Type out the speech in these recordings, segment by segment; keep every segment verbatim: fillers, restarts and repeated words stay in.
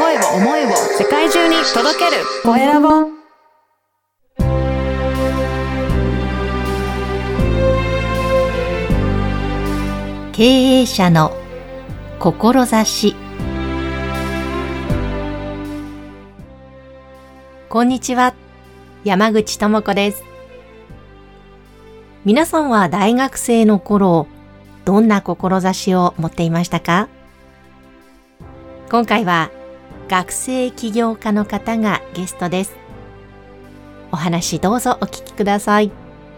声を思いを世界中に届けるコエラボ。 経営者の志。こんにちは、山口智子です。皆さんは大学生の頃、どんな志を持っていましたか？今回は学生起業家の方がゲストです。お話どうぞお聞きください。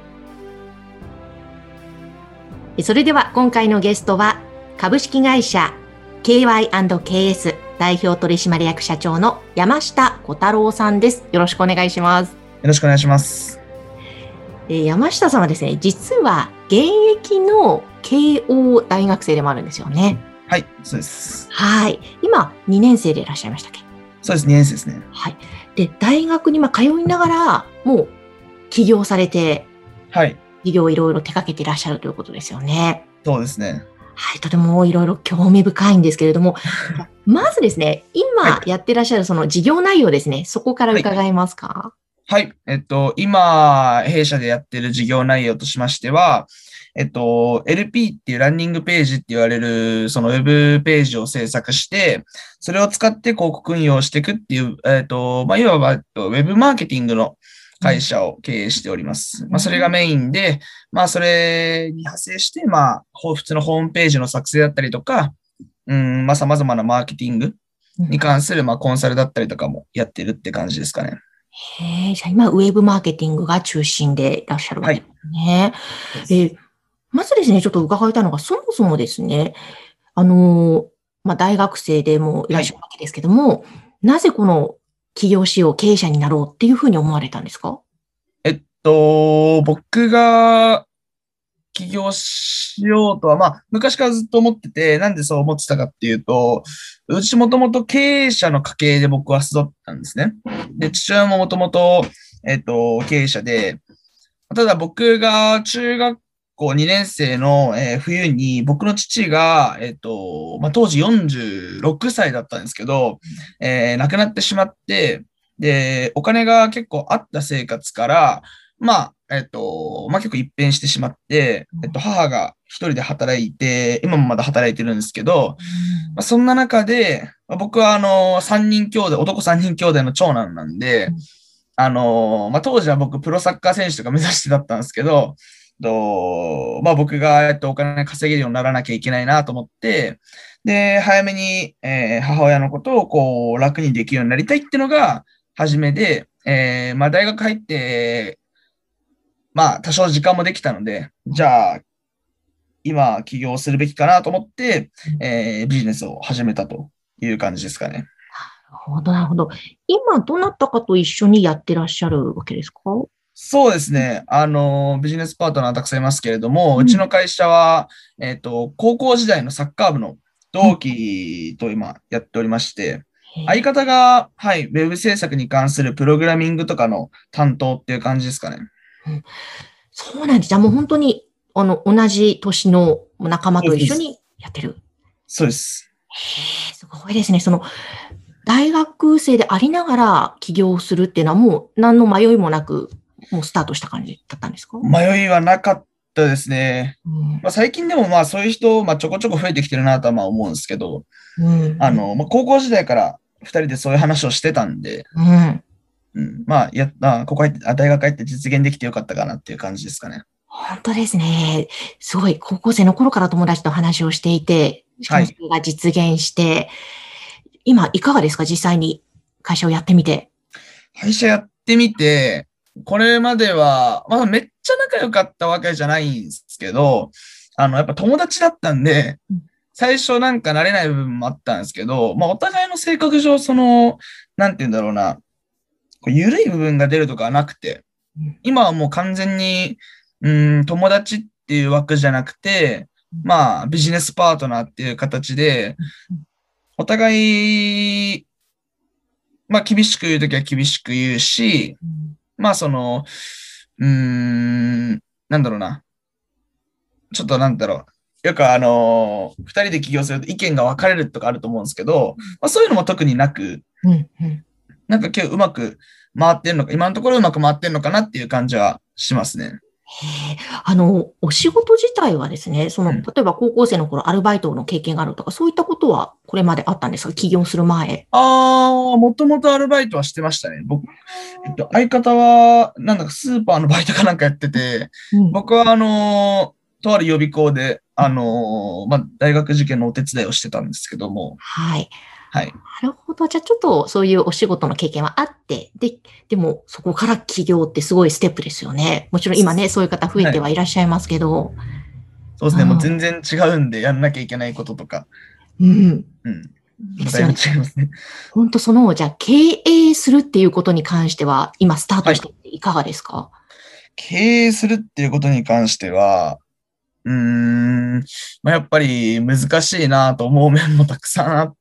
それでは今回のゲストは株式会社 ケーワイアンドケーエス 代表取締役社長の山下小太郎さんです。よろしくお願いします。 よろしくお願いします。 えー、山下さんはですね、実は現役の慶応大学生でもあるんですよね。 はい、そうです。 はい。今にねん生でいらっしゃいましたっけ？ そうです、にねん生ですね。 はい。で、大学にまあ通いながら、もう起業されて、 はい。 事業をいろいろ手掛けていらっしゃるということですよね。 そうですね。 はい。とてもいろいろ興味深いんですけれども、まずですね、今やってらっしゃるその事業内容ですね、そこから伺えますか？ はい。はい、えっと、今、弊社でやってる事業内容としましては、えっと、エルピー っていうランニングページって言われる、そのウェブページを制作して、それを使って広告運用していくっていう、えっと、まあ、いわば、ウェブマーケティングの会社を経営しております。まあ、それがメインで、まあ、それに派生して、まあ、普通のホームページの作成だったりとか、うん、まあ、様々なマーケティングに関する、まあ、コンサルだったりとかもやってるって感じですかね。 へえ、じゃあ今、ウェブマーケティングが中心でいらっしゃるわけですね。はい、えーまずですね、ちょっと伺いたいのが、そもそもですね、あの、まあ、大学生でもいらっしゃるわけですけども、はい、なぜこの起業しよう、経営者になろうっていうふうに思われたんですか？ えっと、僕が起業しようとは、まあ、昔からずっと思ってて、なんでそう思ってたかっていうと、うちもともと経営者の家系で僕は育ったんですね。で、父親ももともと、えっと、経営者で、ただ僕が中学校にねん生の、えー、冬に僕の父が、えっと、まあ、当時よんじゅうろくさいだったんですけど、えー、亡くなってしまって、で、お金が結構あった生活から、まあ、えっと、まあ、結構一変してしまって、えっと、母が一人で働いて、今もまだ働いてるんですけど、まあ、そんな中で、まあ、僕はあの、三人兄弟、男三人兄弟の長男なんで、あの、まあ、当時は僕プロサッカー選手とか目指してだったんですけど、とまあ、僕が、えっと、お金稼げるようにならなきゃいけないなと思って、で、早めに、えー、母親のことをこう楽にできるようになりたいっていうのが初めで、えー、まあ、大学入って、まあ、多少時間もできたので、じゃあ、今、起業するべきかなと思って、えー、ビジネスを始めたという感じですかね。 なるほど、なるほど。今、どなたかと一緒にやってらっしゃるわけですか？ そうですね。あの、ビジネスパートナーたくさんいますけれども、うん、うちの会社は、えっと、高校時代のサッカー部の同期と今やっておりまして、うん、相方が、はい、ウェブ制作に関するプログラミングとかの担当っていう感じですかね。 うん、そうなんです。じゃあもう本当に、あの、同じ年の仲間と一緒にやってる。 そうです。 へえ、すごいですね。その、大学生でありながら起業するっていうのはもう何の迷いもなく、もうスタートした感じだったんですか？ 迷いはなかったですね。うん、まあ、最近でもまあそういう人、まあ、ちょこちょこ増えてきてるなとはまあ思うんですけど、うん、あの、まあ、高校時代から二人でそういう話をしてたんで、うんうん、まあ、やった、ここ入って、大学入って実現できてよかったかなっていう感じですかね。 本当ですね。すごい、高校生の頃から友達と話をしていて、しかもそれが実現して、はい、今いかがですか？実際に会社をやってみて。 会社やってみて、これまでは、まあめっちゃ仲良かったわけじゃないんですけど、あの、やっぱ友達だったんで、最初なんか慣れない部分もあったんですけど、まあお互いの性格上、その、なんて言うんだろうな、緩い部分が出るとかはなくて、今はもう完全に、うん、友達っていう枠じゃなくて、まあビジネスパートナーっていう形で、お互い、まあ厳しく言うときは厳しく言うし、まあその、うーん、なんだろうな。ちょっとなんだろよくあのー、二人で起業すると意見が分かれるとかあると思うんですけど、まあ、そういうのも特になく、 うんうん。 なんか今日うまく回ってんのか、今のところうまく回ってんのかなっていう感じはしますね。 へえ、あの、お仕事自体はですね、その、 うん。 例えば高校生の頃アルバイトの経験があるとか、そういったことはこれまであったんですか？起業する前。 ああ、もともとアルバイトはしてましたね。僕、えっと、相方は、なんだかスーパーのバイトかなんかやってて、 うん。 僕はあのーとある予備校で、あのーまあ、大学受験のお手伝いをしてたんですけども、 はい。 はい。 なるほど。じゃあちょっとそういうお仕事の経験はあって、で、でもそこから起業ってすごいステップですよね。もちろん今ね、そういう方増えはい。 てはいらっしゃいますけど。 そうですね。もううん。 全然違うんで、やんなきゃいけないこととか、 うん。 うん。もうだいぶですよね。 違いますね。 本当その、じゃあ経営するっていうことに関しては、今スターはい。 トしていかがですか？ 経営するっていうことに関しては、うーん、まあ、やっぱり難しいなと思う面もたくさんあって、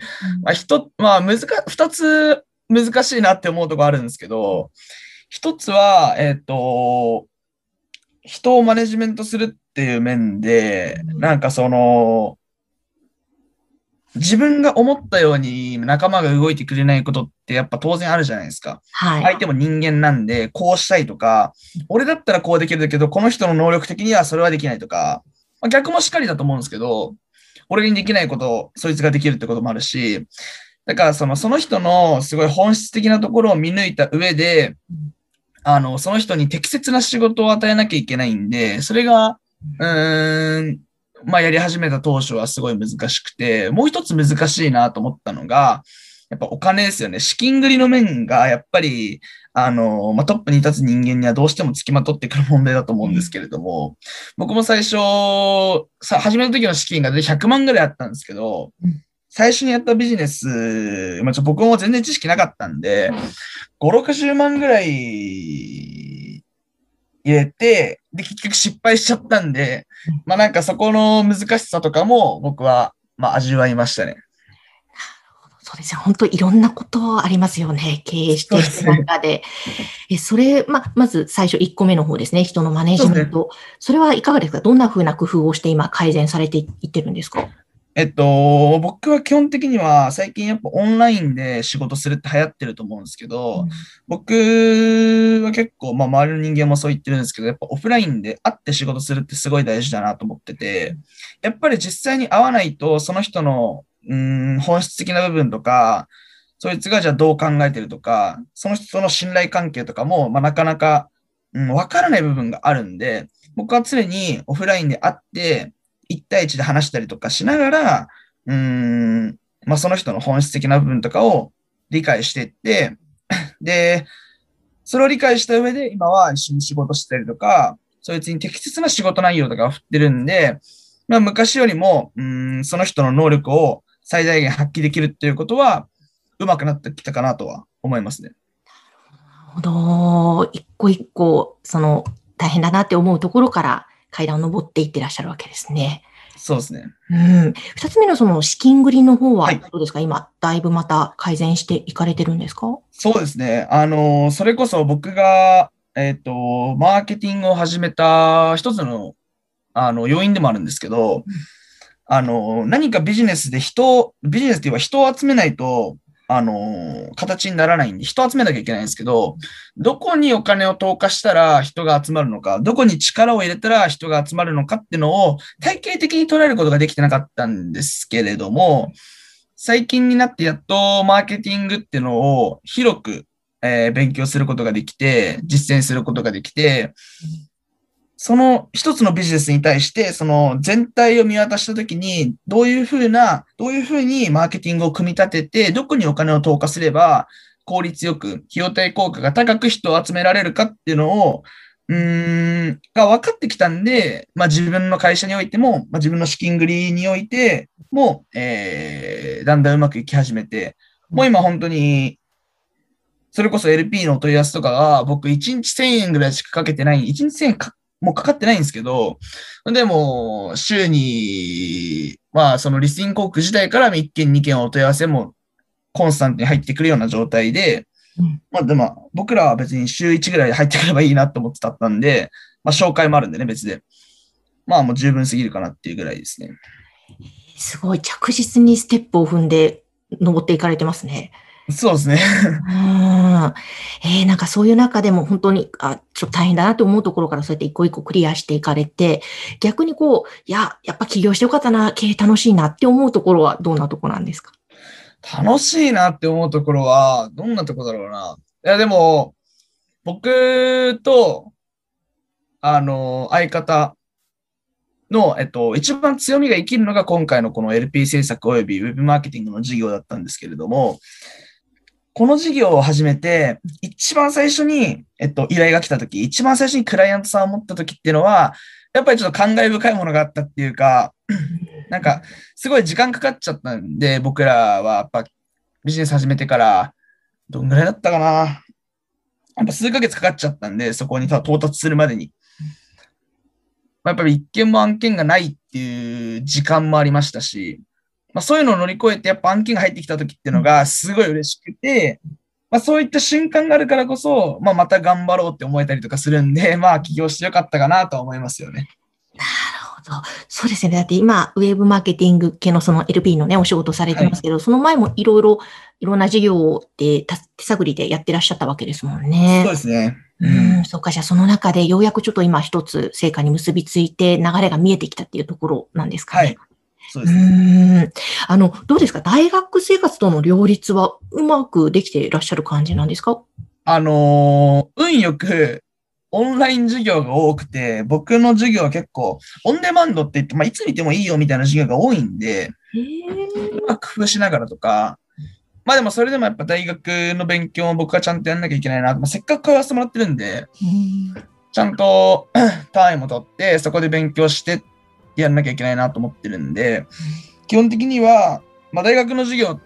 まあ、一、まあ、難か、二つ難しいなって思うところあるんですけど、一つは、えっと、人をマネジメントするっていう面で、なんかその、自分が思ったように仲間が動いてくれないことってやっぱ当然あるじゃないですか。 はい。 相手も人間なんで、こうしたいとか、俺だったらこうできるけど、この人の能力的にはそれはできないとか、まあ、逆もしっかりだと思うんですけど、俺にできないことをそいつができるってこともあるし、だからその、その人のすごい本質的なところを見抜いた上で、あの、その人に適切な仕事を与えなきゃいけないんで、それが、うーん、まあ、やり始めた当初はすごい難しくて、もう一つ難しいなと思ったのが、やっぱお金ですよね。資金繰りの面が、やっぱり、あの、まあ、トップに立つ人間にはどうしてもつきまとってくる問題だと思うんですけれども、僕も最初、さ、始めた時の資金がひゃくまんぐらいあったんですけど、最初にやったビジネス、まあ、ちょ僕も全然知識なかったんで、ご、ろくじゅうまんぐらい入れて、で、結局失敗しちゃったんで、まあなんかそこの難しさとかも僕は、まあ味わいましたね。 そうですよ。本当いろんなことありますよね。経営していくそうですね。 中で。え、それ、ま、まず最初いっこめの方ですね。人のマネそうですね。 ジメント。それはいかがですか？どんな風な工夫をして今改善されていってるんですか？ えっと、僕は基本的には最近やっぱオンラインで仕事するって流行ってると思うんですけど、 うん。 僕は結構、まあ周りの人間もそう言ってるんですけど、やっぱオフラインで会って仕事するってすごい大事だなと思ってて、やっぱり実際に会わないとその人の、うーん、本質的な部分とか、そいつがじゃあどう考えてるとか、その人との信頼関係とかも、まあなかなか、うん、わからない部分があるんで、僕は常にオフラインで会って、一対一で話したりとかしながら、うーん、まあ、その人の本質的な部分とかを理解していって、で、それを理解した上で今は一緒に仕事したりとか、そいつに適切な仕事内容とかを振ってるんで、まあ、昔よりも、うーん、その人の能力を最大限発揮できるっていうことは、上手くなってきたかなとは思いますね。 なるほど。一個一個、その、大変だなって思うところから階段を登っていってらっしゃるわけですね。 そうですね。 うん。二つ目のその資金繰りの方はい。 はどうですか？今、だいぶまた改善していかれてるんですか？ そうですね。あの、それこそ僕が、えっと、マーケティングを始めた一つのあの、要因でもあるんですけど、あの、何かビジネスで人ビジネスって言えば人を集めないと、あの、形にならないんで、人を集めなきゃいけないんですけど、どこにお金を投下したら人が集まるのか、どこに力を入れたら人が集まるのかっていうのを体系的に捉えることができてなかったんですけれども、最近になってやっとマーケティングっていうのを広く、えー勉強することができて、実践することができて、その一つのビジネスに対して、その全体を見渡したときに、どういうふうな、どういうふうにマーケティングを組み立てて、どこにお金を投下すれば、効率よく、費用対効果が高く人を集められるかっていうのを、うーん、が分かってきたんで、まあ自分の会社においても、まあ自分の資金繰りにおいても、えー、だんだんうまくいき始めて、もう今本当に、それこそ エルピー のお問い合わせとかが、僕いちにちせんえんぐらいしかかけてない、いちにちせんえんかもうかかってないんですけど、でも、週に、まあ、そのリスティング広告自体からいっけん、にけんお問い合わせもコンスタントに入ってくるような状態で、 うん。 まあ、でも、僕らは別に週いちぐらいで入ってくればいいなと思ってたったんで、まあ、紹介もあるんでね、別で。 まあもう十分すぎるかなっていうぐらいですね。 すごい着実にステップを踏んで登っていかれてますね。 そうですね。 うん。えー、なんかそういう中でも本当に、あ、ちょっと大変だなと思うところからそうやって一個一個クリアしていかれて、逆にこう、いや、やっぱ起業してよかったな、経営楽しいなって思うところはどんなところなんですか？ 楽しいなって思うところは、どんなところだろうな。いや、でも、僕と、あの、相方の、えっと、一番強みが生きるのが今回のこの エルピー 制作及びウェブマーケティングの事業だったんですけれども、この事業を始めて、一番最初に、えっと、依頼が来たとき、一番最初にクライアントさんを持ったときっていうのは、やっぱりちょっと感慨深いものがあったっていうか、なんか、すごい時間かかっちゃったんで、僕らはやっぱビジネス始めてから、どんぐらいだったかな。やっぱ数ヶ月かかっちゃったんで、そこに到達するまでに。やっぱり一件も案件がないっていう時間もありましたし、まあ、そういうのを乗り越えて、やっぱ案件が入ってきた時っていうのがすごい嬉しくて、まあ、そういった瞬間があるからこそ、まあ、また頑張ろうって思えたりとかするんで、まあ、起業してよかったかなとは思いますよね。 なるほど。そうですね。だって今、ウェブマーケティング系のその エルピー のね、お仕事されてますけど、はい、その前もいろいろ、いろんな事業で手探りでやってらっしゃったわけですもんね。 そうですね。 うん、うん、そうか。じゃあその中でようやくちょっと今一つ成果に結びついて流れが見えてきたっていうところなんですかね。 はい。そうですね。 うん。あの、どうですか？大学生活との両立はうまくできていらっしゃる感じなんですか？ あのー、運よく、オンライン授業が多くて、僕の授業は結構、オンデマンドって言って、まあ、いつ見てもいいよみたいな授業が多いんで、うまく工夫しながらとか、まあでもそれでもやっぱ大学の勉強も僕はちゃんとやんなきゃいけないな、まあ、せっかく通わせてもらってるんで、ちゃんと単位も取って、そこで勉強してやんなきゃいけないなと思ってるんで、基本的には、まあ大学の授業って、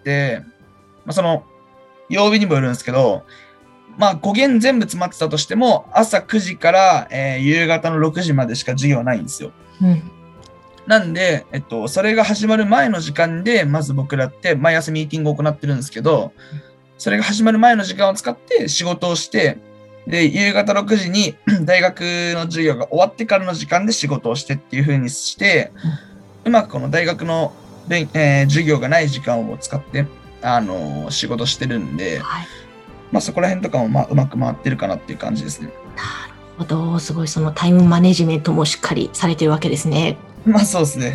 まあその、曜日にもよるんですけど、まあ、語源全部詰まってたとしても、朝くじから、えー、夕方のろくじまでしか授業はないんですよ。うん、なんで、えっと、それが始まる前の時間で、まず僕らって毎朝ミーティングを行ってるんですけど、それが始まる前の時間を使って仕事をして、で、夕方ろくじに大学の授業が終わってからの時間で仕事をしてっていう風にして、うん、うまくこの大学の、えー、授業がない時間を使って、あのー、仕事してるんで、はい、まあそこら辺とかもまあうまく回ってるかなっていう感じですね。 なるほど。すごいそのタイムマネジメントもしっかりされてるわけですね。 まあそうですね。 うん。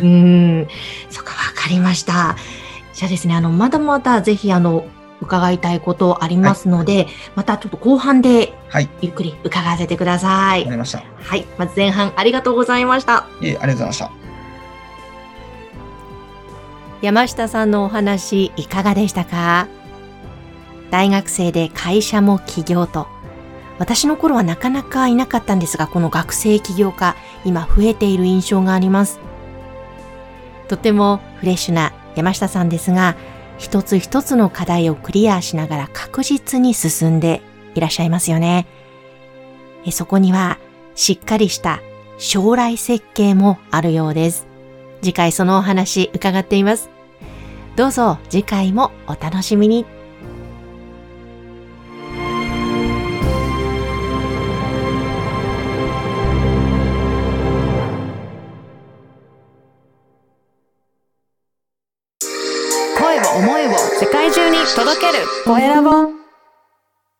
そっか、わかりました。じゃあですね、あの、まだまだぜひあの、伺いたいことありますので、はい、またちょっと後半でゆっくり伺わせてください。 わかりました。 はい。まず前半ありがとうございました。 いえ、ありがとうございました。 山下さんのお話いかがでしたか？大学生で会社も起業と、私の頃はなかなかいなかったんですが、この学生起業家、今増えている印象があります。とてもフレッシュな山下さんですが、一つ一つの課題をクリアしながら確実に進んでいらっしゃいますよね。えそこにはしっかりした将来設計もあるようです。次回そのお話伺っています。どうぞ次回もお楽しみに。声を思いを世界中に届けるコエラボ。